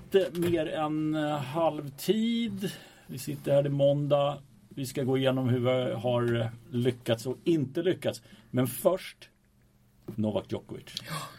lite mer än halvtid. Vi sitter här i måndag. Vi ska gå igenom hur vi har lyckats och inte lyckats. Men först Novak Djokovic.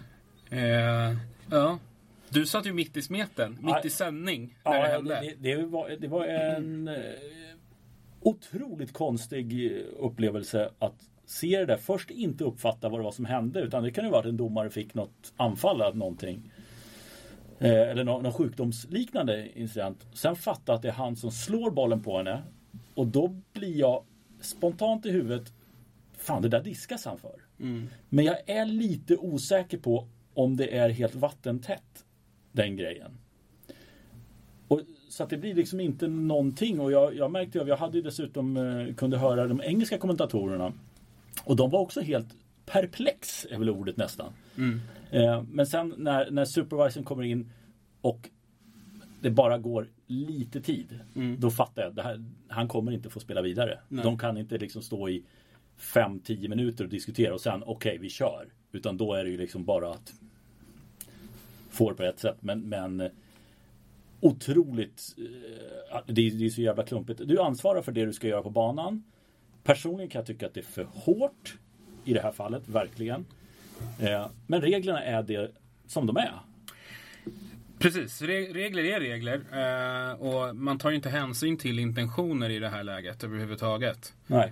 Ja. Du satt ju mitt i smeten, mitt i sändning när det hände. Det var en otroligt konstig upplevelse att se det där. Först inte uppfatta vad det var som hände, utan det kan ju vara att en domare fick något anfall eller någonting. Eller någon sjukdomsliknande incident. Sen fatta att det är han som slår bollen på henne. Och då blir jag spontant i huvudet, fan, det där diskas han för. Men jag är lite osäker på om det är helt vattentätt, den grejen. Och, så att det blir liksom inte någonting. Och jag märkte att jag hade ju dessutom kunde höra de engelska kommentatorerna. Och de var också helt perplex, är väl ordet nästan. Men sen när supervisorn kommer in och det bara går lite tid, då fattar jag att han kommer inte få spela vidare. Nej. De kan inte liksom stå i 5-10 minuter och diskutera och sen okej, vi kör. Utan då är det ju liksom bara att få på ett sätt. Men otroligt, det är så jävla klumpigt. Du ansvarar för det du ska göra på banan. Personligen kan jag tycka att det är för hårt i det här fallet, verkligen. Men reglerna är det som de är. Precis, regler är regler. Och man tar inte hänsyn till intentioner i det här läget överhuvudtaget. Nej.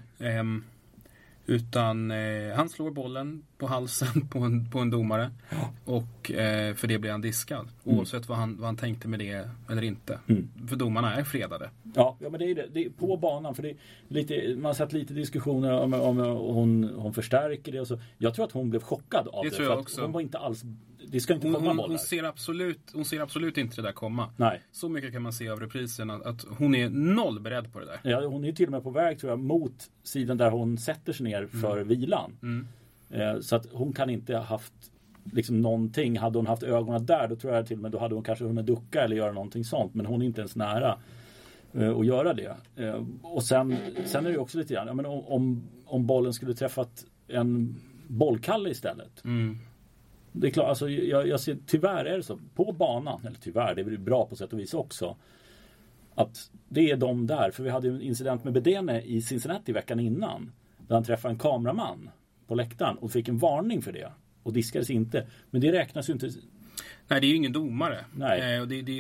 Utan han slår bollen på halsen på en domare. Och för det blir han diskad. Oavsett vad han tänkte med det eller inte. För domarna är fredade. Ja, men det är det. Det är på banan. För det är lite, man har sett lite diskussioner om hon förstärker det och så. Jag tror att hon blev chockad av det. Tror jag också. Hon var inte alls, det ska inte komma bollar. Hon ser absolut inte det där komma. Nej. Så mycket kan man se av reprisen att hon är noll beredd på det där. Ja, hon är till och med på väg, tror jag, mot sidan där hon sätter sig ner för vilan. Så att hon kan inte ha haft liksom någonting. Hade hon haft ögonen där, då tror jag till och med då hade hon kanske hunnit ducka eller göra någonting sånt. Men hon är inte ens nära att göra det. Och sen är det ju också lite grann, men om bollen skulle träffat en bollkalle istället. Det är klart, alltså jag ser, tyvärr är det så på banan, eller tyvärr, det är bra på sätt och vis också, att det är de där. För vi hade en incident med Bedene i Cincinnati veckan innan, där han träffade en kameraman på läktaren och fick en varning för det och diskades inte. Men det räknas ju inte. Nej, det är ju ingen domare. Nej.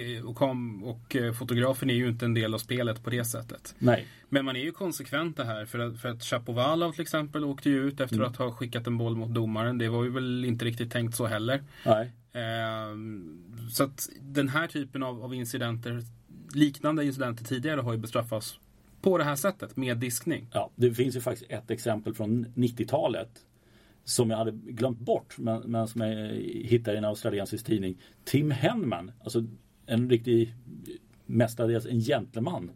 Och fotografen är ju inte en del av spelet på det sättet. Nej. Men man är ju konsekvent det här. För att Shapovalov till exempel åkte ju ut efter att ha skickat en boll mot domaren. Det var ju väl inte riktigt tänkt så heller. Nej. Så att den här typen av incidenter, liknande incidenter tidigare, har ju bestraffats på det här sättet med diskning. Ja, det finns ju faktiskt ett exempel från 90-talet som jag hade glömt bort, men som jag hittade i en australiensisk tidning. Tim Henman, alltså en riktig, mestadels en gentleman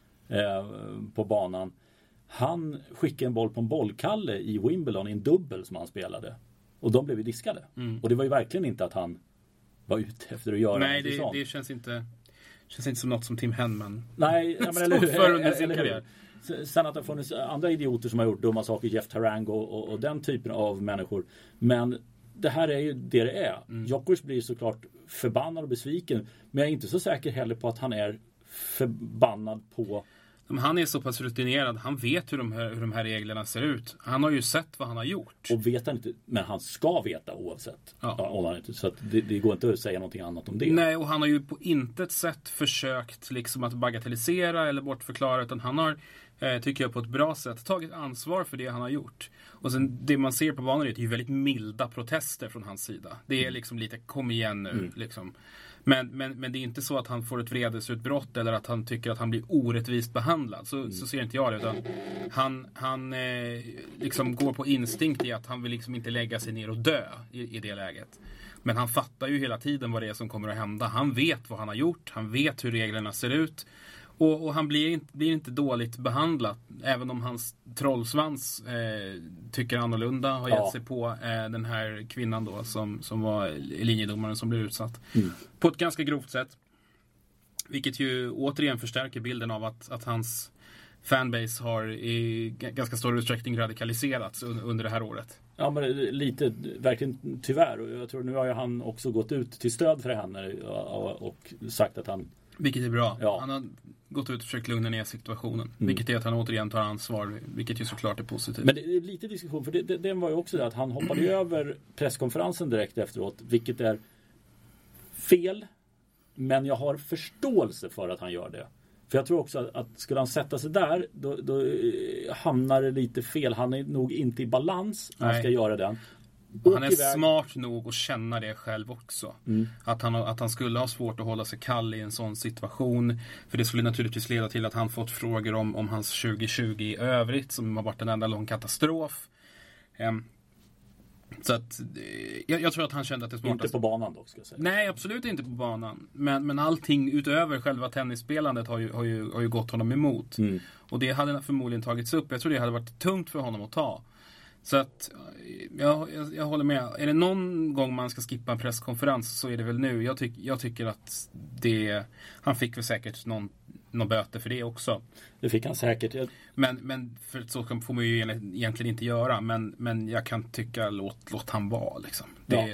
på banan. Han skickade en boll på en bollkalle i Wimbledon i en dubbel som han spelade. Och de blev ju diskade. Och det var ju verkligen inte att han var ute efter att göra något sånt. Nej, det känns inte som något som Tim Henman. Nej, men eller för under sin karriär. Sen att det har funnits andra idioter som har gjort dumma saker, Jeff Tarango och den typen av människor. Men det här är ju det är. Djokovic blir såklart förbannad och besviken. Men jag är inte så säker heller på att han är förbannad på... Men han är så pass rutinerad. Han vet hur de här reglerna ser ut. Han har ju sett vad han har gjort. Och vet han inte, men han ska veta oavsett. Ja. Om han inte, så att det går inte att säga någonting annat om det. Nej, och han har ju på intet sätt försökt liksom att bagatellisera eller bortförklara, utan han har, tycker jag, på ett bra sätt tagit ansvar för det han har gjort. Och sen det man ser på banan är ju väldigt milda protester från hans sida. Det är liksom lite, kom igen nu liksom. Men det är inte så att han får ett vredesutbrott eller att han tycker att han blir orättvist behandlad. Så ser inte jag det. Utan han liksom går på instinkt i att han vill liksom inte lägga sig ner och dö i det läget. Men han fattar ju hela tiden vad det är som kommer att hända. Han vet vad han har gjort. Han vet hur reglerna ser ut. Och han blir inte dåligt behandlad. Även om hans trollsvans tycker annorlunda. Har gett sig på den här kvinnan då som var linjedomaren som blev utsatt. På ett ganska grovt sätt. Vilket ju återigen förstärker bilden av att hans fanbase har i ganska stor utsträckning radikaliserats under det här året. Ja, men lite, verkligen tyvärr. Och jag tror nu har ju han också gått ut till stöd för henne och sagt att han... Vilket är bra. Ja. Han har gått ut och försökt lugna ner situationen. Vilket är att han återigen tar ansvar, vilket ju såklart är positivt. Men det är lite diskussion, för det var ju också det att han hoppade över presskonferensen direkt efteråt, vilket är fel. Men jag har förståelse för att han gör det. För jag tror också att skulle han sätta sig där, då hamnar det lite fel. Han är nog inte i balans när han ska göra den. Han är smart nog att känna det själv också. Att han skulle ha svårt att hålla sig kall i en sån situation. För det skulle naturligtvis leda till att han fått frågor om hans 2020 i övrigt, som har varit en enda lång katastrof. Så att jag tror att han kände att det smartaste... Inte på banan dock, ska jag säga. Nej, absolut inte på banan. Men allting utöver själva tennisspelandet har ju gått honom emot. Och det hade förmodligen tagits upp. Jag tror det hade varit tungt för honom att ta. Så att jag håller med. Är det någon gång man ska skippa en presskonferens så är det väl nu. Jag tycker att han fick väl säkert någon böter för det också. Det fick han säkert. Men för så får man ju egentligen inte göra. Men jag kan tycka låt han vara liksom.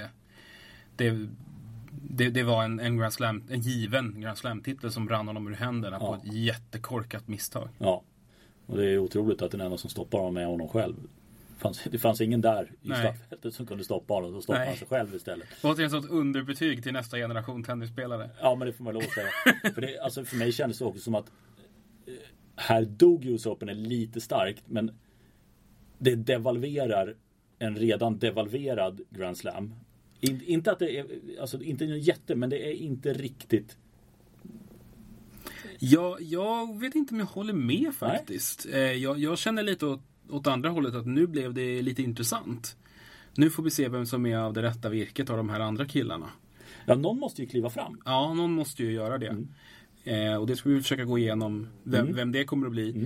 Det var en Grand Slam, en given Grand Slam-titel som rann honom ur händerna på ett jättekorkat misstag. Ja, och det är otroligt att den enda som stoppar honom är honom själv. Det fanns ingen där i startfältet som kunde stoppa honom, så stoppade han sig själv istället. Det var ett sånt underbetyg till nästa generation tennisspelare. Ja, men det får man lov att säga. För mig kändes det också som att här dog US Open är lite starkt, men det devalverar en redan devalverad Grand Slam. Inte att det är, alltså inte en jätte, men det är inte riktigt. Jag vet inte om jag håller med faktiskt. Jag känner lite åt andra hållet att nu blev det lite intressant. Nu får vi se vem som är av det rätta virket av de här andra killarna. Ja, någon måste ju kliva fram. Ja, någon måste ju göra det. Och det ska vi försöka gå igenom vem det kommer att bli.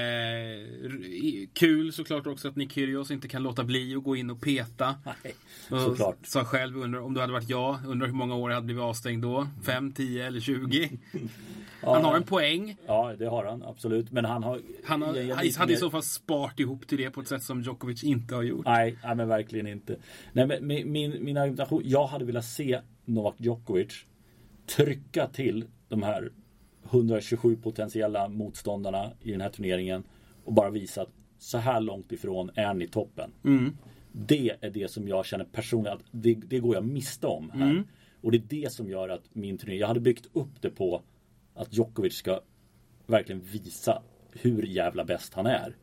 Kul såklart också att Nick Kyrgios inte kan låta bli att gå in och peta. Nej, såklart. Så själv undrar, om du hade varit undrar hur många år jag hade blivit avstängd då. 5, 10 eller 20. Han har en poäng. Ja, det har han, absolut. Men han hade i så fall spart ihop till det på ett sätt som Djokovic inte har gjort. Nej, men verkligen inte. Nej, men min argumentation, jag hade velat se Novak Djokovic trycka till de här 127 potentiella motståndarna i den här turneringen och bara visa att så här långt ifrån är ni toppen. Det är det som jag känner personligen att det går jag miste om här. Och det är det som gör att min turnering, jag hade byggt upp det på att Djokovic ska verkligen visa hur jävla bäst han är.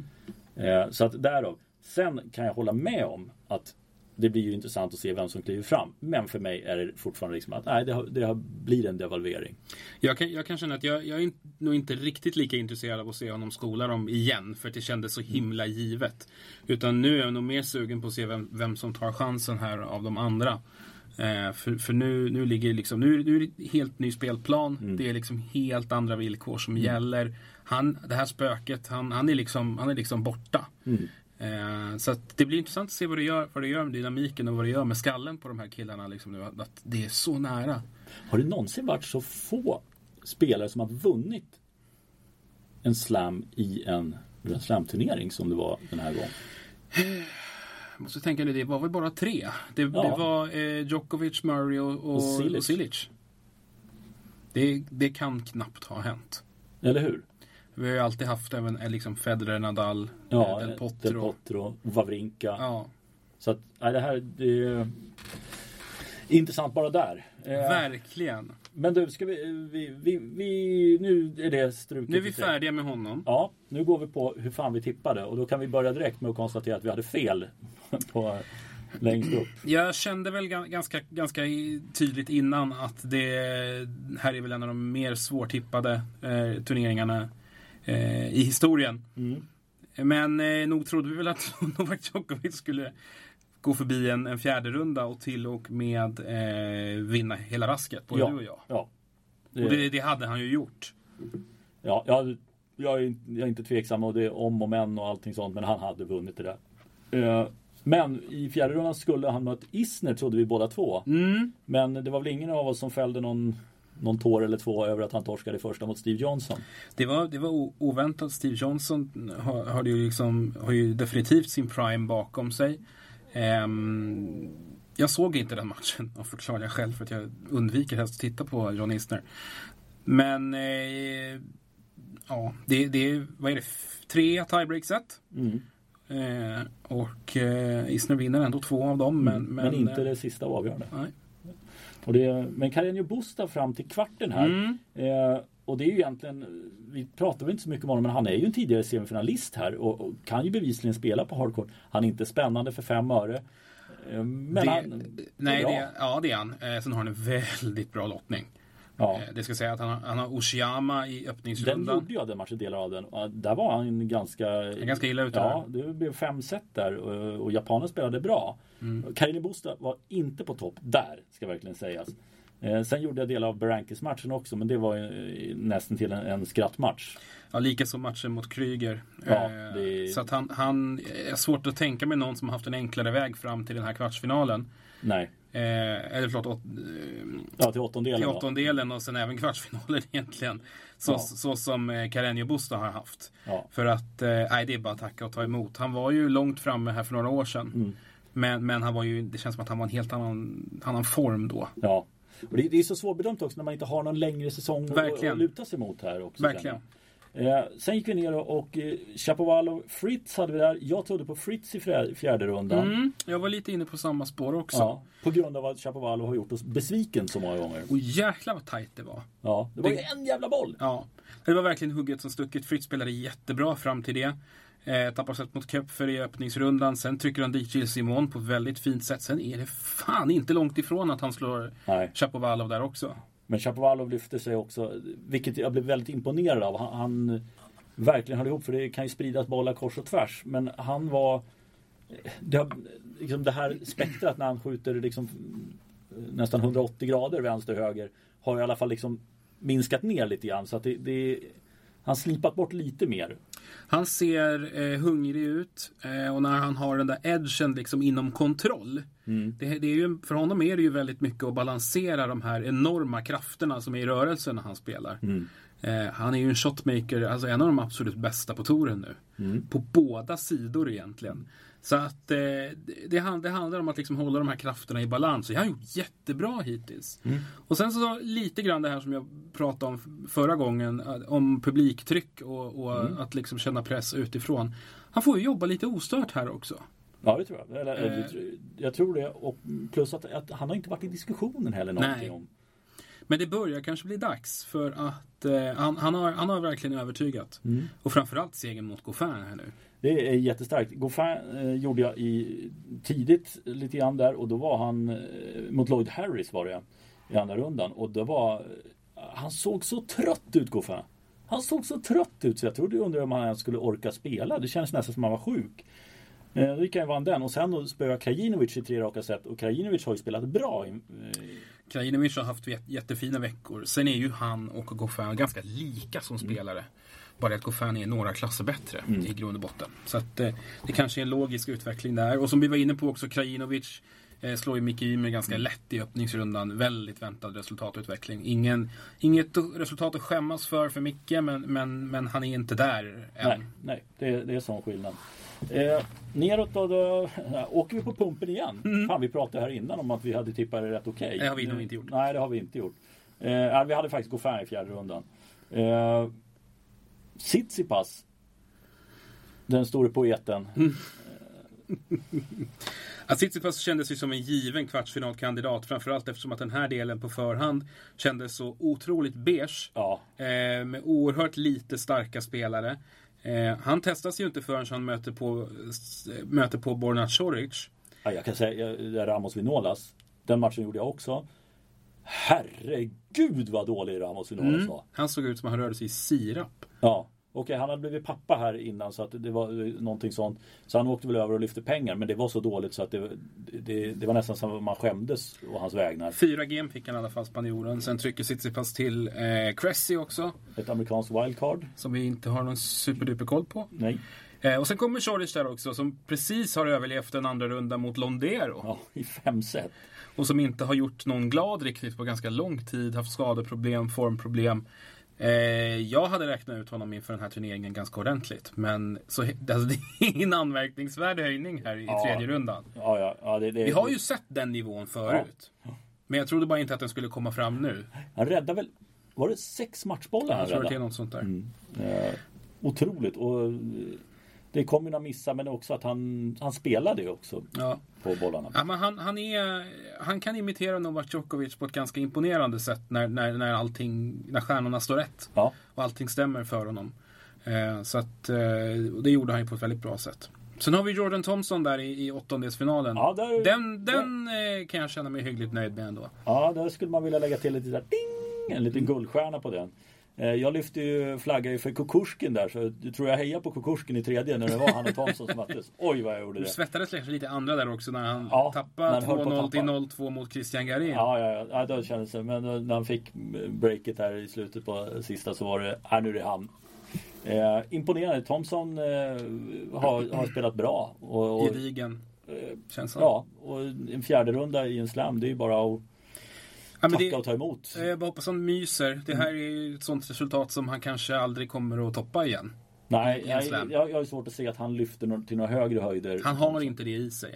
Så att därav. Sen kan jag hålla med om att det blir ju intressant att se vem som kliver fram. Men för mig är det fortfarande liksom att det blir en devalvering. Jag kan känna att jag är nog inte riktigt lika intresserad av att se honom skola dem igen. För att det kändes så himla givet. Utan nu är jag nog mer sugen på att se vem som tar chansen här av de andra. För nu ligger liksom, nu är det helt ny spelplan. Det är liksom helt andra villkor som gäller. Det här spöket, han är liksom borta. Så att det blir intressant att se vad det gör med dynamiken och vad det gör med skallen på de här killarna liksom nu, att det är så nära. Har det någonsin varit så få spelare som har vunnit en slam i en slam-turnering som det var den här gången? Jag måste tänka det var väl bara 3. Det var Djokovic, Murray och Cilic. Det kan knappt ha hänt. Eller hur? Vi har ju alltid haft även liksom Federer, Nadal, Del Potro, Wawrinka. Ja. Så att det här är intressant bara där. Verkligen. Men du, ska vi nu är det struket. Nu är vi färdiga med honom. Ja, nu går vi på hur fan vi tippade. Och då kan vi börja direkt med att konstatera att vi hade fel på längst upp. Jag kände väl ganska tydligt innan att det här är väl en av de mer svårtippade turneringarna i historien. Men nog trodde vi väl att Novak Djokovic skulle gå förbi en fjärde runda och till och med vinna hela rasket, både du och jag. Ja. Och det hade han ju gjort. Ja, jag är inte tveksam och det är om och men och allting sånt, men han hade vunnit det där. Men i fjärde rundan skulle han mött Isner, trodde vi båda två. Men det var väl ingen av oss som fällde någon någon tår eller två över att han torskade första mot Steve Johnson. Det var oväntat. Steve Johnson har ju definitivt sin prime bakom sig. Jag såg inte den matchen och förklarar jag själv för att jag undviker helst att titta på John Isner. Men ja, det är vad är det? 3 tiebreak-set. Och Isner vinner ändå 2 av dem. Men inte det sista avgörande. Nej. Men Carreño Busta fram till kvarten här. Och det är ju egentligen, vi pratar väl inte så mycket om honom, men han är ju en tidigare semifinalist här och kan ju bevisligen spela på hardcourt. Han är inte spännande för 5 öre. Men det är han. Sen har han en väldigt bra lottning. Ja. Det ska säga att han har Oshiyama i öppningsrundan. Den gjorde jag den matchen, delar av den. Där var han ganska illa ute. Ja, det blev 5 set där och japanen spelade bra. Carreño Busta var inte på topp där, ska verkligen sägas. Sen gjorde jag del av Berankis-matchen också, men det var nästan till en skrattmatch. Ja, lika som matchen mot Kryger. Ja, så att han är svårt att tänka med någon som har haft en enklare väg fram till den här kvartsfinalen. Nej. Eller förlåt, till åttondelen. Till åttondelen och sen även kvartsfinalen egentligen. Så som Carreño Busta har haft. Ja. För att, det är bara att tacka och ta emot. Han var ju långt framme här för några år sedan. Men han var ju, det känns som att han var en helt annan form då. Ja. Och det är så svårbedömt också när man inte har någon längre säsong att luta sig mot här också. Verkligen. Sen gick vi ner och Shapovalov Fritz hade vi där. Jag trodde på Fritz i fjärde rundan. Jag var lite inne på samma spår också. Ja, på grund av att Shapovalov har gjort oss besviken så många gånger. Och jäklar vad tajt det var. Ja, det var ju en jävla boll. Ja, det var verkligen hugget som stucket. Fritz spelade jättebra fram till det. Tappar sätt mot Köpfer i öppningsrundan. Sen trycker han dit Gilles Simon på ett väldigt fint sätt. Sen är det fan inte långt ifrån att han slår Shapovalov där också. Men Shapovalov lyfter sig också, vilket jag blev väldigt imponerad av. Han verkligen höll ihop, för det kan ju spridas bollar kors och tvärs. Men han var det här spektrat när han skjuter liksom nästan 180 grader vänster höger har i alla fall liksom minskat ner lite grann. Så att han slipat bort lite mer. Han ser hungrig ut och när han har den där edgen liksom inom kontroll. Det är ju, för honom är det ju väldigt mycket att balansera de här enorma krafterna som är i rörelsen när han spelar. Han är ju en shotmaker, alltså en av de absolut bästa på touren nu. På båda sidor egentligen. Så att det handlar om att liksom hålla de här krafterna i balans. Och jag har gjort jättebra hittills. Och sen så lite grann det här som jag pratade om förra gången. Om publiktryck och att liksom känna press utifrån. Han får ju jobba lite ostört här också. Ja, det tror jag. Jag tror det. Och plus att han har inte varit i diskussionen heller någonting om. Men det börjar kanske bli dags för att han har verkligen övertygat. Och framförallt segern mot Goffin här nu. Det är jättestarkt. Goffin gjorde jag tidigt lite grann där och då var han mot Lloyd Harris var det i andra rundan och då var han såg så trött ut, Goffin. Han såg så trött ut så jag trodde om han ens skulle orka spela. Det känns nästan som han var sjuk. Då gick han vann den och sen då spöade Krajinovic i 3 raka set och Krajinovic har ju spelat bra. Krajinovic har haft jättefina veckor. Sen är ju han och Goffin ganska lika som spelare. Bara att Goffin är några klasser bättre i grund och botten. Så att det kanske är en logisk utveckling där. Och som vi var inne på också, Krajinovic slår ju Micke Ymer ganska lätt i öppningsrundan. Väldigt väntad resultatutveckling. Inget resultat att skämmas för Micke, men han är inte där än. Nej, det är sån skillnad. Neråt då åker vi på pumpen igen. Fan, vi pratade här innan om att vi hade tippat det rätt okej. Det har vi nog inte gjort. Nej, det har vi inte gjort. Vi hade faktiskt Goffin i fjärde rundan. Tsitsipas, den store poeten. Tsitsipas kändes ju som en given kvartsfinalkandidat, framförallt eftersom att den här delen på förhand kändes så otroligt beige. Ja. Med oerhört lite starka spelare. Han testas ju inte förrän han möter på Borna Coric. Ja, jag kan säga Ramos Vinolas. Den matchen gjorde jag också. Herregud vad dålig Ramos Vinolas var. Han såg ut som att han rörde sig i sirap. Ja. Okej, han hade blivit pappa här innan så att det var någonting sånt. Så han åkte väl över och lyfte pengar, men det var så dåligt så att det var nästan som att man skämdes å hans vägnar. 4 game fick han i alla fall, spanjoren. Sen trycker Tsitsipas till Cressy också. Ett amerikanskt wildcard. Som vi inte har någon superduper koll på. Nej. Och sen kommer Čorić där också, som precis har överlevt en andra runda mot Londero. Ja, i 5 set. Och som inte har gjort någon glad riktigt på ganska lång tid. Haft skadeproblem, formproblem. Jag hade räknat ut honom inför den här turneringen ganska ordentligt. Men så, alltså, det är ingen anmärkningsvärd höjning här i tredje rundan. Vi har ju sett den nivån förut. Ja. Men jag trodde bara inte att den skulle komma fram nu. Han räddade väl, var det 6 matchbollar han räddade? Det är något sånt där. Otroligt. Och det kom ju några missar, men också att han spelade ju också på bollarna. Ja, men han kan imitera Novak Djokovic på ett ganska imponerande sätt när stjärnorna står rätt. Ja. Och allting stämmer för honom. Så att det gjorde han ju på ett väldigt bra sätt. Sen har vi Jordan Thompson där i åttondelsfinalen. Ja, den kan jag känna mig hyggligt nöjd med ändå. Ja, där skulle man vilja lägga till lite där ding, en liten guldstjärna på den. Jag flaggade ju för Kukushkin där, så jag tror jag hejar på Kukushkin i tredje när det var han och Thompson som möttes. Oj vad jag gjorde det. Du svettades lite andra där också när han tappade 2-0 till 0-2 mot Christian Garin. Ja, då kändes det. Men när han fick breaket här i slutet på sista så var det, nu är det han. Imponerande. Thompson har spelat bra. Gedigen. Känns ja, och en fjärde runda i en slam, det är ju bara att tacka och ta emot. Jag bara hoppas han myser. Det här är ett sånt resultat som han kanske aldrig kommer att toppa igen. Nej, jag har svårt att se att han lyfter till några högre höjder. Han har inte det i sig.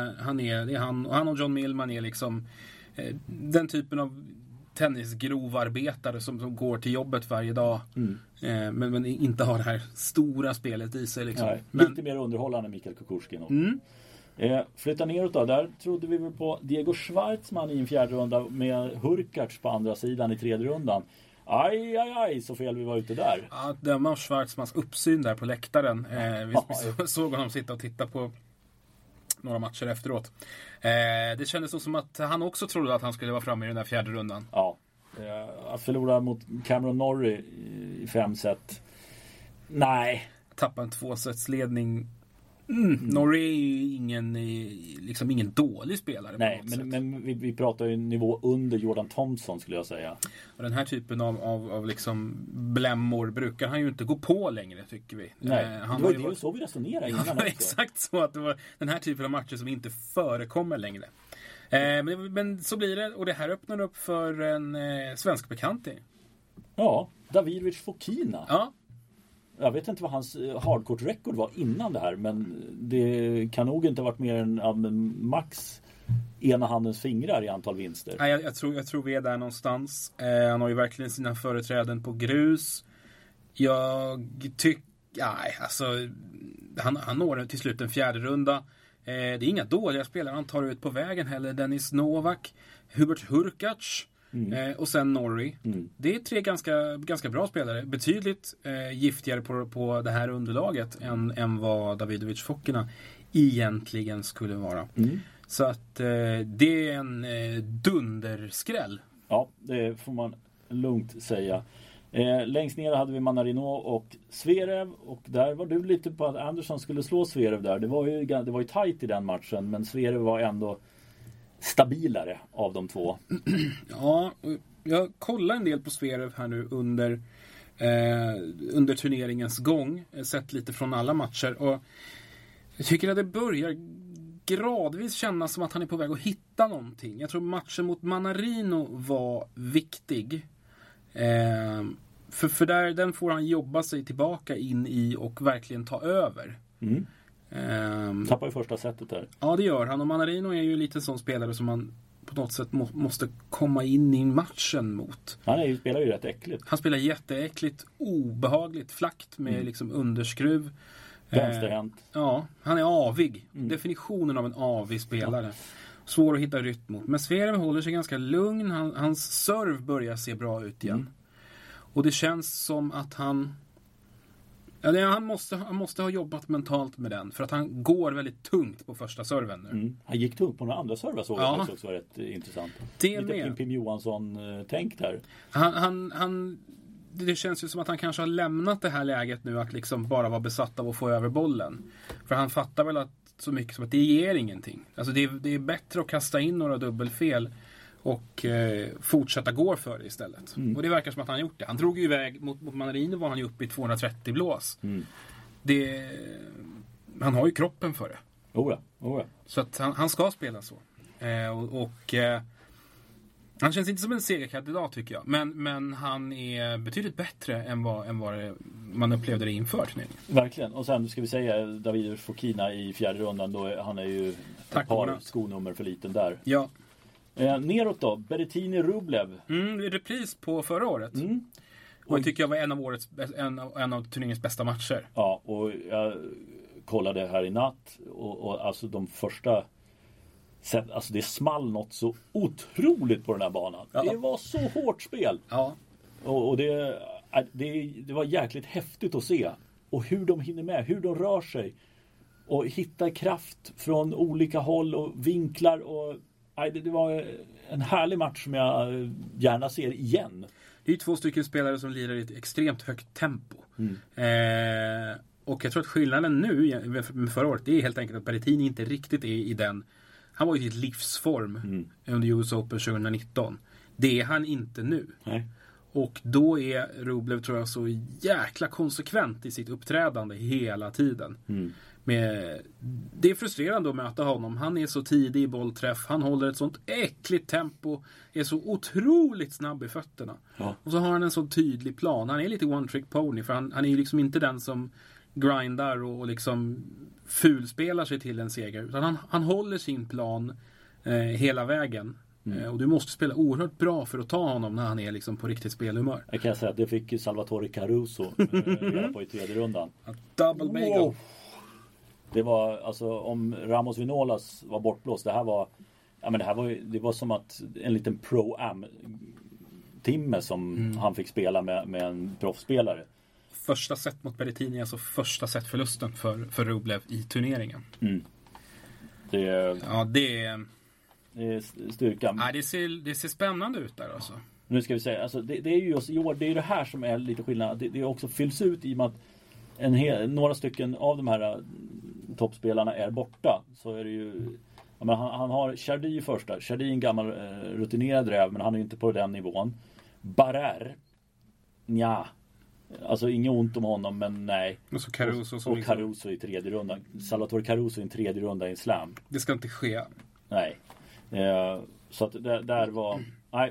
Han och John Millman är liksom den typen av tennisgrovarbetare som går till jobbet varje dag. Men inte har det här stora spelet i sig liksom. Nej, lite mer underhållande Mikael Kukushkin. Flytta neråt då. Där trodde vi väl på Diego Schwartzman i en fjärde runda med Hurkacz på andra sidan i tredje rundan. Aj, så fel vi var ute där. Ja, det var Schwartzmans uppsyn där på läktaren. Vi såg honom sitta och titta på några matcher efteråt. Det kändes som att han också trodde att han skulle vara framme i den där fjärde rundan. Ja. Att förlora mot Cameron Norrie i 5 set. Nej. Tappa en 2-setsledning. Norrie är ju ingen dålig spelare. Nej, men vi pratar ju nivå under Jordan Thompson skulle jag säga. Och den här typen av liksom blämmor brukar han ju inte gå på längre, tycker vi. Nej, det var ju så vi resonerade innan också. Exakt så, att det var den här typen av matcher som inte förekommer längre. Men så blir det, och det här öppnar upp för en svensk bekanting. Ja, Davidovich Fokina. Ja. Jag vet inte vad hans hardcourt-rekord var innan det här, men det kan nog inte ha varit mer än max ena handens fingrar i antal vinster. Nej, jag tror vi är där någonstans. Han har ju verkligen sina företräden på grus. Jag tycker... Han når till slut en fjärde runda. Det är inga dåliga spelare han tar ut på vägen heller. Dennis Novak, Hubert Hurkacz och sen Norrie. Det är 3 ganska bra spelare. Betydligt giftigare på det här underlaget än vad Davidovich Fokina egentligen skulle vara. Så att det är en dunderskräll. Ja, det får man lugnt säga. Längst ner hade vi Manarino och Zverev, och där var du lite på att Anderson skulle slå Zverev där. Det var ju tajt i den matchen, men Zverev var ändå stabilare av de två. Ja, jag kollar en del på Zverev här nu under turneringens gång, sett lite från alla matcher, och jag tycker att det börjar gradvis kännas som att han är på väg att hitta någonting. Jag tror matchen mot Manarino var viktig. För den får han jobba sig tillbaka in i och verkligen ta över. Tappar ju första setet där. Ja, det gör han. Och Manarino är ju lite sån spelare som man på något sätt måste komma in i matchen mot. Han spelar ju rätt äckligt. Han spelar jätteäckligt, obehagligt, flackt med liksom underskruv. Vänsterhänt. Ja, han är avig. Definitionen av en avig spelare. Svår att hitta rytm mot. Men Zverev håller sig ganska lugn. Hans serve börjar se bra ut igen. Och det känns som att han måste ha jobbat mentalt med den. För att han går väldigt tungt på första serven nu. Han gick tungt på några andra server, så det också var rätt intressant. Det lite Pim Johansson-tänk där. Det känns ju som att han kanske har lämnat det här läget nu att liksom bara vara besatt av att få över bollen. För han fattar väl att så mycket som att det ger ingenting. Alltså det är bättre att kasta in några dubbelfel och fortsätta gå för det istället. Och det verkar som att han har gjort det. Han drog ju iväg mot Manarino, var han ju uppe i 230 blås. han har ju kroppen för det. Oh ja. Så att han ska spela så. Han känns inte som en segerkandidat tycker jag. Men han är betydligt bättre än vad man upplevde det inför turneringen. Verkligen. Och sen ska vi säga David Fokina i fjärde rundan. Då, han är ju ett par skonummer för liten där. Ja. Neråt då. Berrettini Rublev. Repris på förra året. Och jag tycker jag var en av turneringens bästa matcher. Ja, och jag kollade här i natt. Och alltså de första... Alltså det small något så otroligt på den här banan. Ja. Det var så hårt spel. Ja. Och det var jäkligt häftigt att se. Och hur de hinner med, hur de rör sig. Och hittar kraft från olika håll och vinklar. Och det var en härlig match som jag gärna ser igen. Det är 2 stycken spelare som lirar i ett extremt högt tempo. Och jag tror att skillnaden nu med förra året, det är helt enkelt att Berrettini inte riktigt är i den. Han var i sitt livsform under US Open 2019. Det är han inte nu. Nej. Och då är Rublev, tror jag, så jäkla konsekvent i sitt uppträdande hela tiden. Det är frustrerande att möta honom. Han är så tidig i bollträff. Han håller ett sånt äckligt tempo. Är så otroligt snabb i fötterna. Ja. Och så har han en så tydlig plan. Han är lite one trick pony. För han är ju liksom inte den som grindar och liksom fulspelar sig till en seger. Utan han håller sin plan hela vägen. Och du måste spela oerhört bra för att ta honom när han är liksom på riktigt spelhumör. Jag kan säga att det fick Salvatore Caruso på i tredje rundan. Double bagel. Wow. Det var alltså om Ramos Vinolas var bortblåst. Det var som att en liten pro-am timme som han fick spela med en proffsspelare. Första set mot Berrettini, alltså första set förlusten för Rublev i turneringen. Det är styrkan. Ja, det ser spännande ut där alltså. Nu ska vi säga, alltså det är ju just i år, det är det här som är lite skillnad. Det också fylls ut i och med att några stycken av de här toppspelarna är borta. Så är det ju, han har Chardy första. Chardy är en gammal rutinerad räv, men han är ju inte på den nivån. Barrer, nja. Alltså inget ont om honom, men nej. Och så Caruso, och Caruso i tredje rundan. Salvatore Caruso i en tredje runda i en slam. Det ska inte ske. Nej. Så att där var... Nej,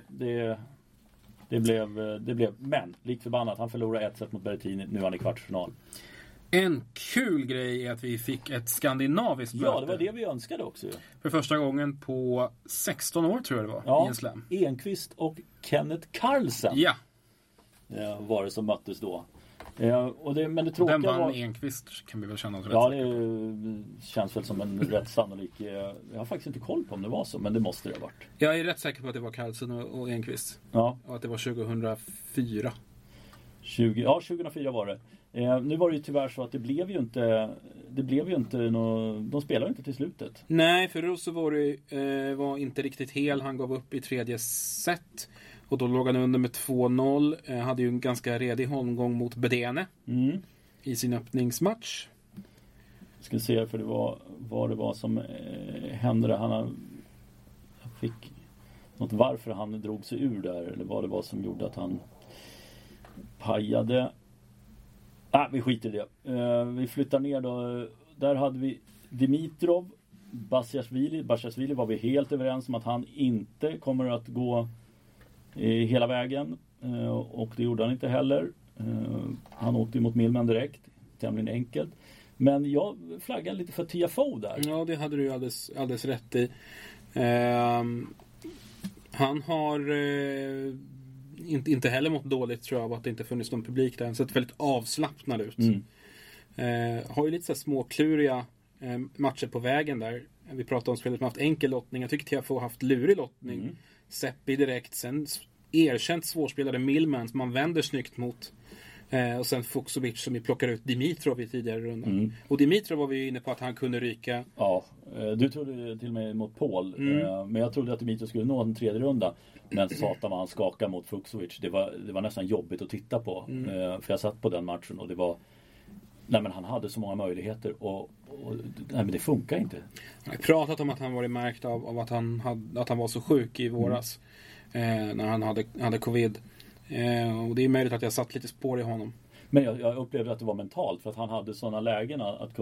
det blev... Men, lik förbannat. Han förlorade 1 set mot Berrettini. Nu är han i kvartsfinal. En kul grej är att vi fick ett skandinaviskt möte. Ja, det var det vi önskade också. För första gången på 16 år tror jag det var, i en slam. Enqvist och Kenneth Carlsen. Ja. Var det som möttes då. Men det tråkiga den vann var... Enqvist kan vi väl känna oss Ja, det känns väl som en rätt sannolik... Jag har faktiskt inte koll på om det var så, men det måste det ha varit. Jag är rätt säker på att det var Carlsen och Enqvist. Ja. Och att det var 2004. 2004 var det. Nu var det ju tyvärr så att det blev ju inte de spelade inte till slutet. Nej, för Russo var inte riktigt hel. Han gav upp i tredje set. Och då låg han under med 2-0. Hade ju en ganska redig omgång mot Bedene i sin öppningsmatch. Jag ska se för det var som hände. Han fick något varför han drog sig ur där. Eller vad det var som gjorde att han pajade. Vi skiter i det. Vi flyttar ner då. Där hade vi Dimitrov, Bashashvili var vi helt överens om att han inte kommer att gå hela vägen. Och det gjorde han inte heller. Han åkte mot Millman direkt. Tämligen enkelt. Men jag flaggade lite för Tiafoe där. Ja, det hade du alldeles rätt i. Han har inte heller mått dåligt, tror jag, av att det inte funnits någon publik där. Han sett väldigt avslappnad ut. Har ju lite så här småkluriga matcher på vägen där. Vi pratade om spelet som haft enkel lottning. Jag tycker Tiafoe har haft lurig lottning. Seppi direkt. Sen erkänt svårspelade Millman som man vänder snyggt mot. Och sen Fucsovic som vi plockar ut Dimitrov i tidigare rundan. Och Dimitrov var vi inne på att han kunde ryka. Ja, du trodde till och med mot Paul. Men jag trodde att Dimitrov skulle nå en tredje runda. Men satan vad han skakade mot Fucsovic. Det var nästan jobbigt att titta på. För jag satt på den matchen och det var... Nej, men han hade så många möjligheter och nej, men det funkar inte. Jag har pratat om att han varit märkt av att han var så sjuk i våras. När han hade covid. Och det är möjligt att jag satt lite spår i honom. Men jag upplevde att det var mentalt, för att han hade sådana lägen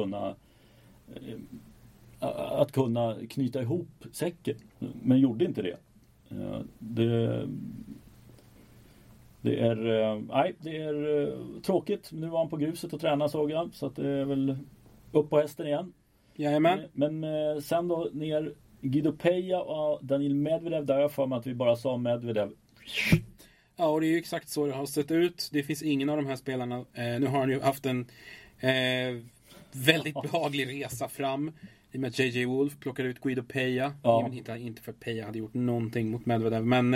att kunna knyta ihop säcken, men gjorde inte det. Det är tråkigt. Nu var han på gruset och tränade, såg jag, så att det är väl upp på hästen igen. Jajamän. Men sen då ner Guido Peja och Daniil Medvedev, där jag för mig att vi bara sa Medvedev. Ja, och det är ju exakt så det har sett ut. Det finns ingen av de här spelarna. Nu har han ju haft en väldigt behaglig resa fram. I och med att JJ Wolf plockade ut Guido Peja. Ja. Inte för att Peja hade gjort någonting mot Medvedev. Men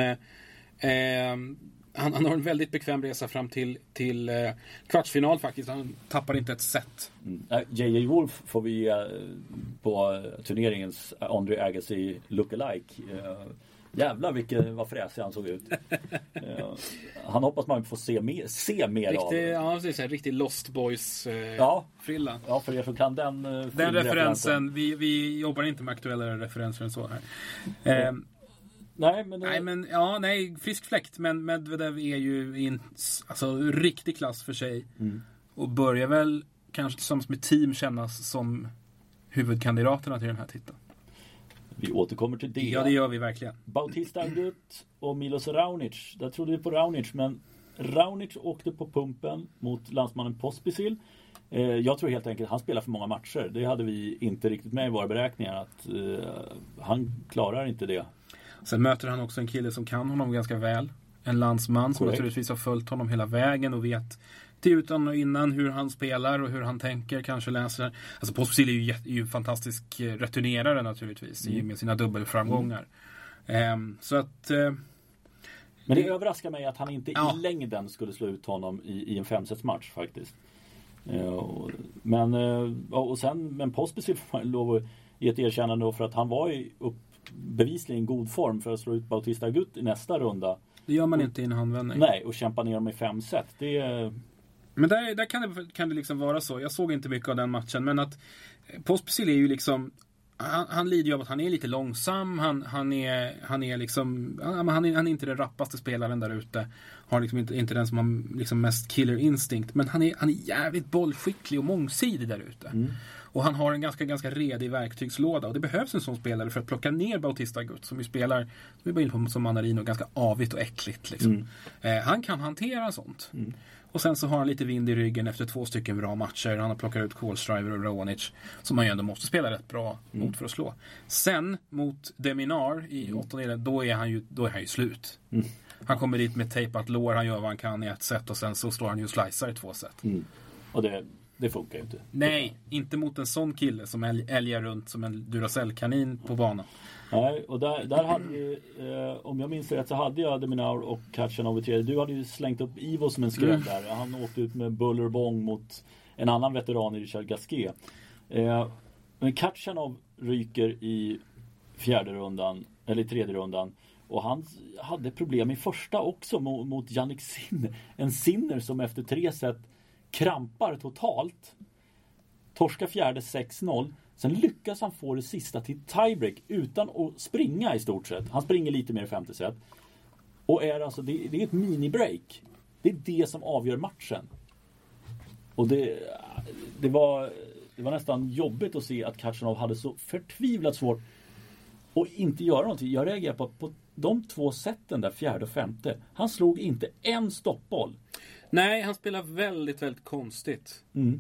han har en väldigt bekväm resa fram till kvartsfinal faktiskt. Han tappar inte ett set. JJ Wolf får vi på turneringens Andre Agassi lookalike. Jävlar vad fräsig han såg ut. Han hoppas man får se mer av. Ja, det är en riktig Lost Boys frilla. Ja, för er som kan den referensen. Vi jobbar inte med aktuella referenser än så här. Nej, frisk fläkt. Men Medvedev är ju i en riktig klass för sig. Och börjar väl kanske tillsammans med team kännas som huvudkandidaterna till den här titeln. Vi återkommer till det. Ja, det gör vi verkligen. Bautista Agut och Milos Raonic. Där trodde vi på Raonic, men Raonic åkte på pumpen mot landsmannen Pospisil. Jag tror helt enkelt att han spelar för många matcher. Det hade vi inte riktigt med i våra beräkningar, att han klarar inte det. Sen möter han också en kille som kan honom ganska väl. En landsman som naturligtvis har följt honom hela vägen och vet utan och innan hur han spelar och hur han tänker, kanske läser. Alltså Pospisil är ju fantastisk returnerare naturligtvis med sina dubbelframgångar. Så att men det överraskar mig att han inte i längden skulle slå ut honom i en 5-sets-match faktiskt. Men Pospisil får man lov att ge ett erkännande för att han var i bevisligen i god form för att slå ut Bautista Agut i nästa runda. Det gör man inte i en handvändning. Nej, och kämpa ner dem i 5 set. Men där kan det liksom vara så. Jag såg inte mycket av den matchen, men att Pospisil är ju liksom han lider ju av att han är lite långsam. Han är liksom han är inte den rappaste spelaren där ute. Har liksom inte den som har liksom mest killer instinct, men han är jävligt bollskicklig och mångsidig där ute. Och han har en ganska redig verktygslåda. Och det behövs en sån spelare för att plocka ner Bautista Agut, som ju spelar, som vi var inne på, som Manarino, ganska avigt och äckligt liksom. Han kan hantera sånt. Och sen så har han lite vind i ryggen efter 2 stycken bra matcher. Han har plockat ut Kohlschreiber och Raonic, som man ju ändå måste spela rätt bra mot för att slå. Sen mot Deminar i 8-delen, då är han ju slut. Han kommer dit med tejpat lår, han gör vad han kan i 1 set och sen så står han ju och slicear i 2 set. Och det funkar ju inte. Nej, inte mot en sån kille som älgar runt som en Duracell-kanin på banan. Nej, och där hade vi, om jag minns rätt så hade jag Deminar och Khachanov i tredje. Du hade ju slängt upp Ivo som en skräll där. Han åkte ut med buller bång mot en annan veteran i Richard Gasquet. Men Khachanov ryker i 4:e rundan, eller i 3:e rundan. Och han hade problem i första också mot Jannik Sinner. En Sinner som efter 3 set krampar totalt. Torska 4:e 6-0. Sen lyckas han få det sista till tiebreak utan att springa i stort sett. Han springer lite mer i 5:e set. Och det är ett mini-break. Det är det som avgör matchen. Och det var nästan jobbigt att se att Khachanov hade så förtvivlat svårt att inte göra någonting. Jag reagerar på de 2 seten där, 4:e och 5:e. Han slog inte en stoppboll. Nej, han spelar väldigt, väldigt konstigt.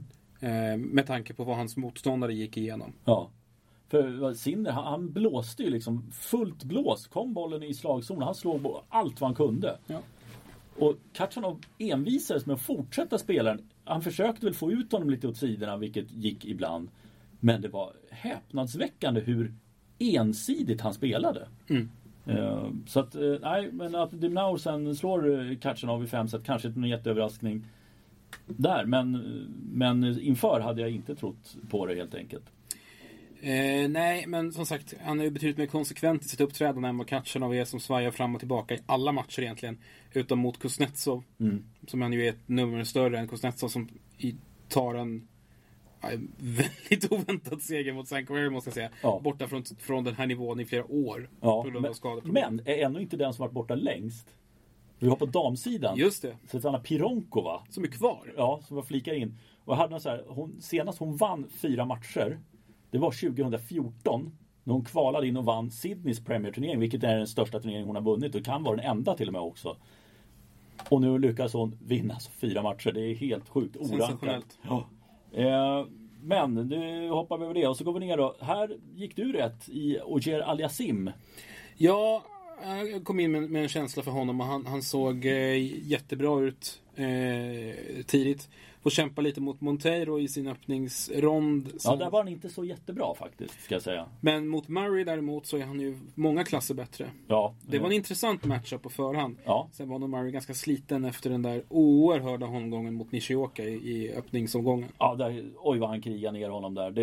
Med tanke på vad hans motståndare gick igenom. Ja. För Sinner, han blåste ju liksom fullt blås. Kom bollen i slagzonen. Han slog allt vad han kunde. Ja. Och Khachanov envisades med att fortsätta spela. Han försökte väl få ut honom lite åt sidorna, vilket gick ibland. Men det var häpnadsväckande hur ensidigt han spelade. Så att, nej, men att Deminar sen slår Khachanov i 5 set, kanske inte någon jätteöverraskning där, men inför hade jag inte trott på det helt enkelt. Nej, men som sagt, han är ju betydligt mer konsekvent i sitt uppträdande än vad Khachanov är, som svajar fram och tillbaka i alla matcher egentligen, utom mot Kuznetsov, som han ju är ett nummer större än Kuznetsov, som tar en väldigt oväntad seger mot Sankoeri, måste jag säga. Ja. Borta från den här nivån i flera år. Ja, men är ännu inte den som varit borta längst. Vi var på damsidan. Just det. Svetlana Pironkova. Som är kvar. Ja, som var flikar in. Och jag hade någon så här, senast hon vann 4 matcher. Det var 2014. När hon kvalade in och vann Sydneys Premier-turnering. Vilket är den största turneringen hon har vunnit. Och kan vara den enda till och med också. Och nu lyckas hon vinna 4 matcher. Det är helt sjukt. Orankat. Ja. Men nu hoppar vi över det. Och så går vi ner då. Här gick du rätt i Auger Aliassime. Ja, jag kom in med en känsla för honom. Och han såg jättebra ut tidigt. Får kämpa lite mot Monteiro i sin öppningsrond. Ja, där var han inte så jättebra faktiskt, ska jag säga. Men mot Murray däremot så är han ju många klasser bättre. Ja. Det var en intressant matchup på förhand. Ja. Sen var nog Murray ganska sliten efter den där oerhörda omgången mot Nishioka i öppningsomgången. Ja, oj vad han krigade ner honom där.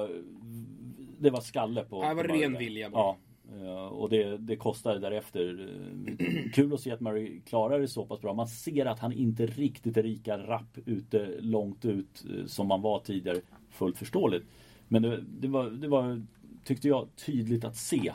Det var skalle på. Det var ren vilja bara. Ja. Och det kostade därefter. Kul att se att Murray klarar det så pass bra. Man ser att han inte riktigt är lika rapp ute, långt ut som man var tidigare. Fullt förståeligt. Men det var tyckte jag tydligt att se.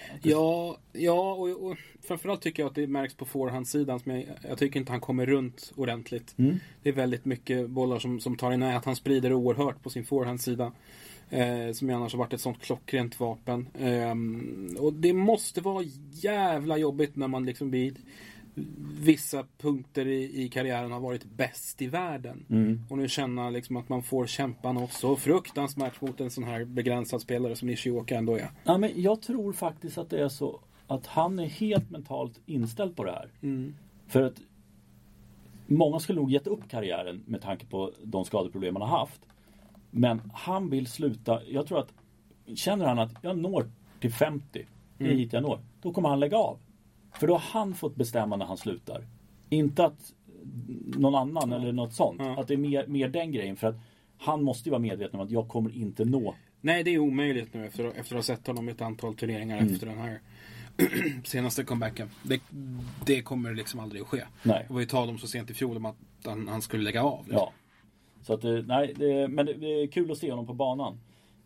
Ja, och framförallt tycker jag att det märks på forehandsidan. Som jag tycker inte han kommer runt ordentligt. Det är väldigt mycket bollar som tar i nät. Han sprider oerhört på sin forehandsida. Som annars har varit ett sånt klockrent vapen. Och det måste vara jävla jobbigt när man liksom vid vissa punkter i karriären har varit bäst i världen. Och nu känner liksom att man får kämpa något så fruktansvärt mot en sån här begränsad spelare som Nishioka ändå är. Ja, men jag tror faktiskt att det är så att han är helt mentalt inställd på det här. För att många skulle nog gett upp karriären med tanke på de skadeproblem man har haft. Men han vill sluta. Jag tror att känner han att jag når till 50, det är hit jag når, då kommer han lägga av. För då har han fått bestämma när han slutar. Inte att någon annan eller något sånt. Att det är mer den grejen. För att han måste ju vara medveten om att jag kommer inte nå. Nej, det är omöjligt nu efter att ha sett honom i ett antal turneringar efter den här senaste comebacken. Det kommer liksom aldrig att ske. Nej. Det var ju tal om så sent i fjol om att han skulle lägga av. Liksom. Ja. Så att, men det är kul att se honom på banan.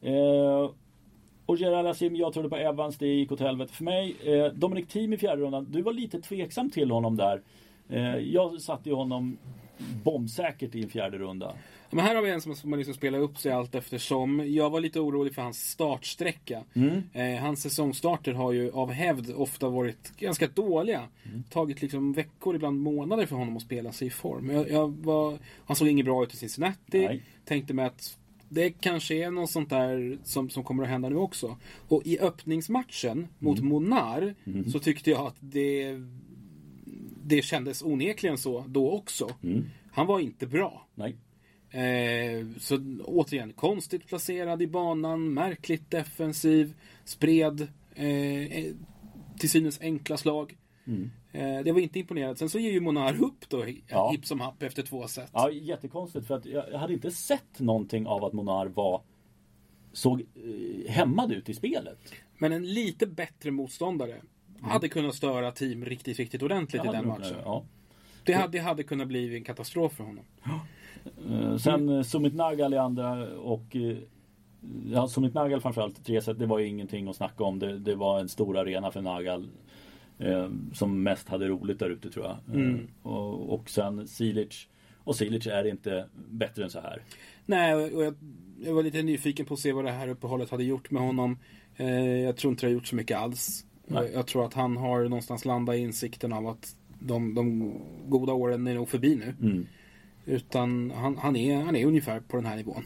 Auger Aliassime, jag trodde på Evans, det gick åt helvete för mig. Dominic Thiem i 4:e rundan, du var lite tveksam till honom där. Jag satte ju honom bombsäkert i en 4:e runda. Men här har vi en som man liksom spelar upp sig allt eftersom. Jag var lite orolig för hans startsträcka. Hans säsongstarter har ju av hävd ofta varit ganska dåliga. Tagit liksom veckor, ibland månader för honom att spela sig i form. Han såg inget bra ut i Cincinnati. Nej. Tänkte mig att det kanske är något sånt där som kommer att hända nu också. Och i öppningsmatchen mot Monar så tyckte jag att det kändes onekligen så då också. Han var inte bra. Nej. Så återigen, konstigt placerad i banan, märkligt defensiv, spred till synes enkla slag. Det var inte imponerande. Sen så ger ju Monar upp då hipp som happ efter 2 set. Ja, jättekonstigt för att jag hade inte sett någonting av att Monar såg hämmad ut i spelet. Men en lite bättre motståndare hade kunnat störa team riktigt, riktigt ordentligt i den matchen. Ja. Det hade kunnat bli en katastrof för honom. Sen Sumit Nagal i andra och Sumit Nagal framförallt 3 set, det var ju ingenting att snacka om. Det var en stor arena för Nagal som mest hade roligt där ute tror jag. Och sen Cilic. Och Cilic är inte bättre än så här. Nej, och jag var lite nyfiken på att se vad det här uppehållet hade gjort med honom. Jag tror inte det har gjort så mycket alls. Jag tror att han har någonstans landat i insikten av att de goda åren är nog förbi nu. Utan han är ungefär på den här nivån.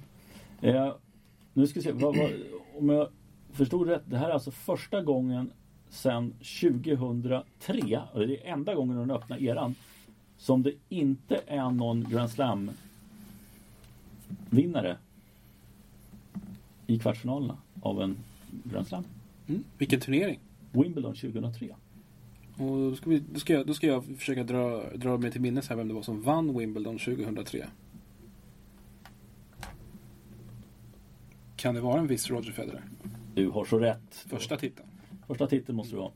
Nu ska vi se. Om jag förstod rätt, det här är alltså första gången sedan 2003, och det är enda gången under den öppna eran, som det inte är någon Grand Slam vinnare i kvartsfinalerna av en Grand Slam. Vilken turnering? Wimbledon 2003. Och då ska jag försöka dra mig till minnes här vem det var som vann Wimbledon 2003. Kan det vara en viss Roger Federer? Du har så rätt. Första titeln måste du ha.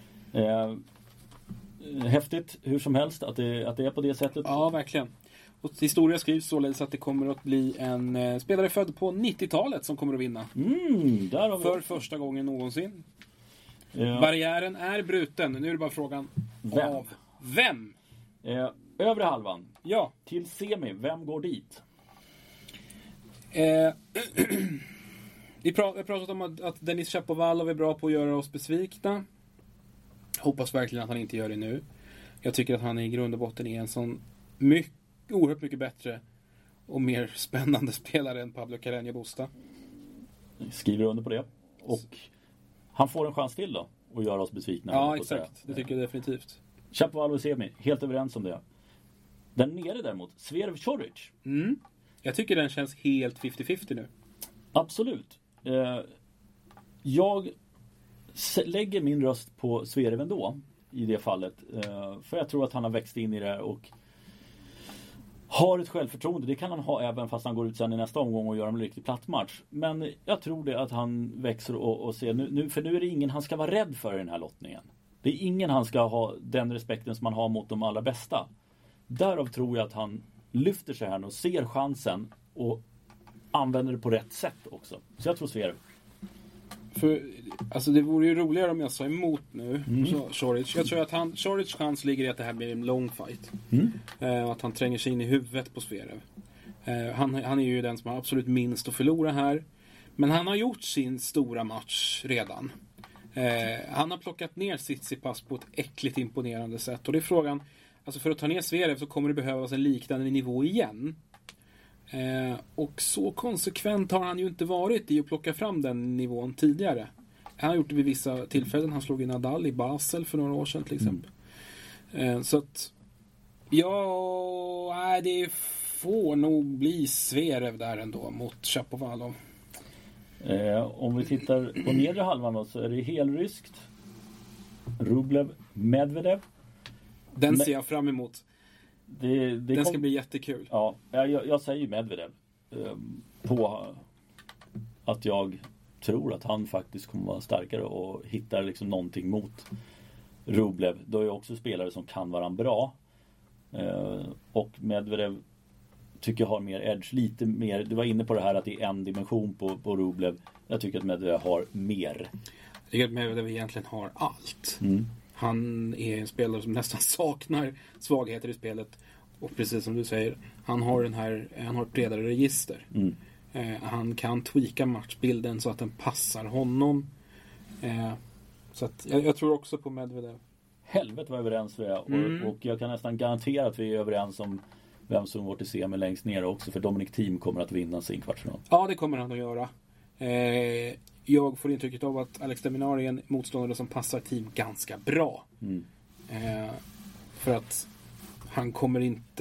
Häftigt hur som helst att det är på det sättet. Ja, verkligen. Och historia skrivs således att det kommer att bli en spelare född på 90-talet som kommer att vinna. Där har vi. För första gången någonsin. Barriären är bruten. Nu är det bara frågan Vem? Övre halvan. Ja. Till semi, vem går dit? Vi har pratat om att Denis Shapovalov är bra på att göra oss besvikna. Hoppas verkligen att han inte gör det nu. Jag tycker att han i grund och botten är en sån oerhört mycket bättre och mer spännande spelare än Pablo Carreño Busta. Skriver under på det. Och han får en chans till då att göra oss besvikna. Ja, exakt. Det tycker jag definitivt. Shapovalov och semi, helt överens om det. Den nere däremot, Zverev Choric. Jag tycker den känns helt 50-50 nu. Absolut. Jag lägger min röst på Zverev ändå i det fallet. För jag tror att han har växt in i det och har ett självförtroende. Det kan han ha även fast han går ut sen i nästa omgång och gör en riktigt platt match. Men jag tror det att han växer och ser nu, för nu är det ingen han ska vara rädd för i den här lottningen. Det är ingen han ska ha den respekten som man har mot de allra bästa. Därav tror jag att han lyfter sig här och ser chansen och använder det på rätt sätt också. Så jag tror Zverev. För, alltså det vore ju roligare om jag sa emot nu. Choric. Jag tror att Choric chans ligger i att det här blir en lång fight. Att han tränger sig in i huvudet på Zverev. Han är ju den som har absolut minst att förlora här. Men han har gjort sin stora match redan. Han har plockat ner Tsitsipas på ett äckligt imponerande sätt. Och det är frågan, alltså för att ta ner Zverev så kommer det behövas en liknande nivå igen. Och så konsekvent har han ju inte varit i att plocka fram den nivån tidigare. Han har gjort det vid vissa tillfällen. Han slog in Nadal i Basel för några år sedan till exempel. Så att det får nog bli Zverev där ändå mot Shapovalov. Om vi tittar på nedre halvan då, så är det helryskt. Rublev, Medvedev. Den ser jag fram emot. Den ska bli jättekul. Ja, jag säger Medvedev. På att jag tror att han faktiskt kommer vara starkare och hittar liksom någonting mot Rublev. Då är också spelare som kan vara bra. Och Medvedev tycker jag har mer edge, lite mer. Du var inne på det här att det är en dimension på Rublev. Jag tycker att Medvedev har mer. Jag tycker att Medvedev egentligen har allt. Han är en spelare som nästan saknar svagheter i spelet. Och precis som du säger, han har ett bredare register. Han kan tweaka matchbilden så att den passar honom. Så att jag tror också på Medvedev. Helvete var överens vi är. Och jag kan nästan garantera att vi är överens om vem som går till semi längst ner också. För Dominic Thiem kommer att vinna sin kvartsfinal. Ja, det kommer han att göra. Jag får intrycket av att Alex de Minaur är en motståndare som passar Thiem ganska bra. För att Thiem kommer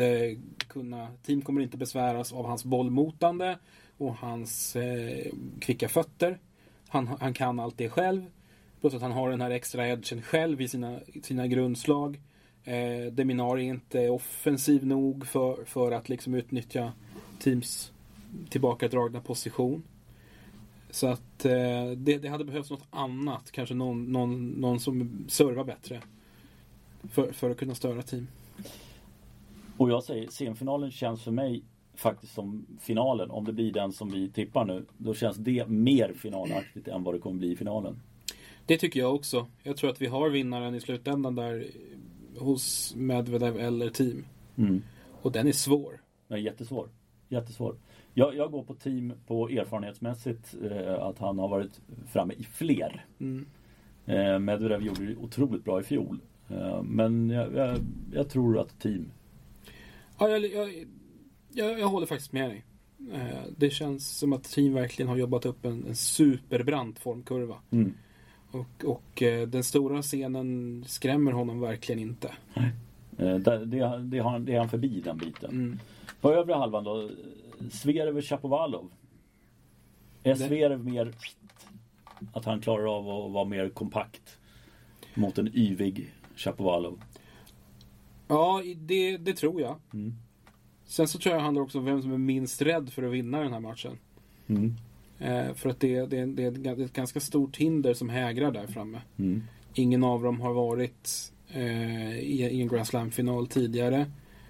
inte besväras av hans bollmotande och hans kvicka fötter. Han kan allt det själv. Plus att han har den här extra edgen själv i sina grundslag. De Minaur är inte offensiv nog för att liksom utnyttja Thiems tillbakadragna position. Så att det hade behövts något annat. Kanske någon som servar bättre. För att kunna störa Thiem. Och jag säger, semifinalen känns för mig faktiskt som finalen. Om det blir den som vi tippar nu, då känns det mer finalaktigt än vad det kommer bli i finalen. Det tycker jag också. Jag tror att vi har vinnaren i slutändan där hos Medvedev eller Thiem. Och den är svår. Den är jättesvår. Jag går på Thiem på erfarenhetsmässigt att han har varit framme i fler. Medvedev gjorde det otroligt bra i fjol. Men jag tror att Thiem. Ja, jag håller faktiskt med dig. Det känns som att Thiem verkligen har jobbat upp en superbrant formkurva. Och den stora scenen skrämmer honom verkligen inte. Nej. Det är han förbi den biten. På övre halvan då, Zverev och Shapovalov. Är Zverev mer att han klarar av att vara mer kompakt mot en yvig Shapovalov? Ja, det tror jag. Sen så tror jag det handlar också om vem som är minst rädd för att vinna den här matchen. För att det är ett ganska stort hinder som hägrar där framme. Ingen av dem har varit i en Grand Slam-final tidigare.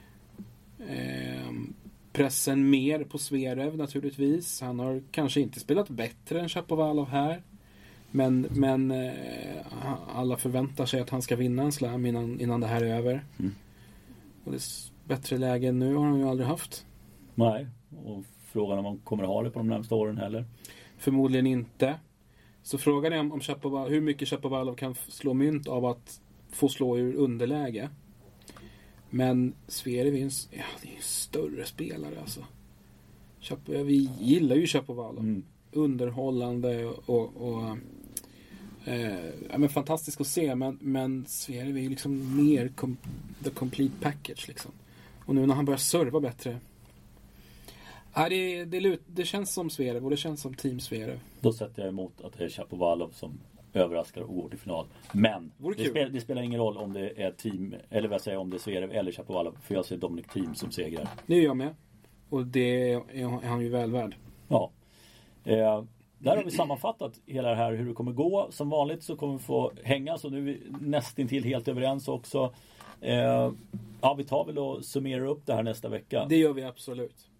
Pressen mer på Zverev naturligtvis. Han har kanske inte spelat bättre än Shapovalov här. Men alla förväntar sig att han ska vinna en slam innan det här är över. Och det är bättre läge nu har han ju aldrig haft. Nej, och frågan om man kommer att ha det på de närmaste åren heller. Förmodligen inte. Så frågan är om Shapovalov, hur mycket Shapovalov kan slå mynt av att få slå ur underläge. Men Zverev är en större spelare alltså. Vi gillar ju Shapovalov. Underhållande och men fantastiskt att se, men Zverev är ju liksom mer the complete package liksom. Och nu när han börjar serva bättre, det känns som Zverev och det känns som team Zverev. Då sätter jag emot att det är Shapovalov som överraskar och går till final. Men det spelar ingen roll om det är team, eller vad jag säger, om det är Zverev eller Shapovalov, för jag ser Dominic Thiem som segrar. Det är jag med. Och det är han ju väl värd. Ja. Där har vi sammanfattat hela det här hur det kommer gå. Som vanligt så kommer vi få hänga, så nu är vi nästintill helt överens också. Vi tar väl och summerar upp det här nästa vecka. Det gör vi absolut.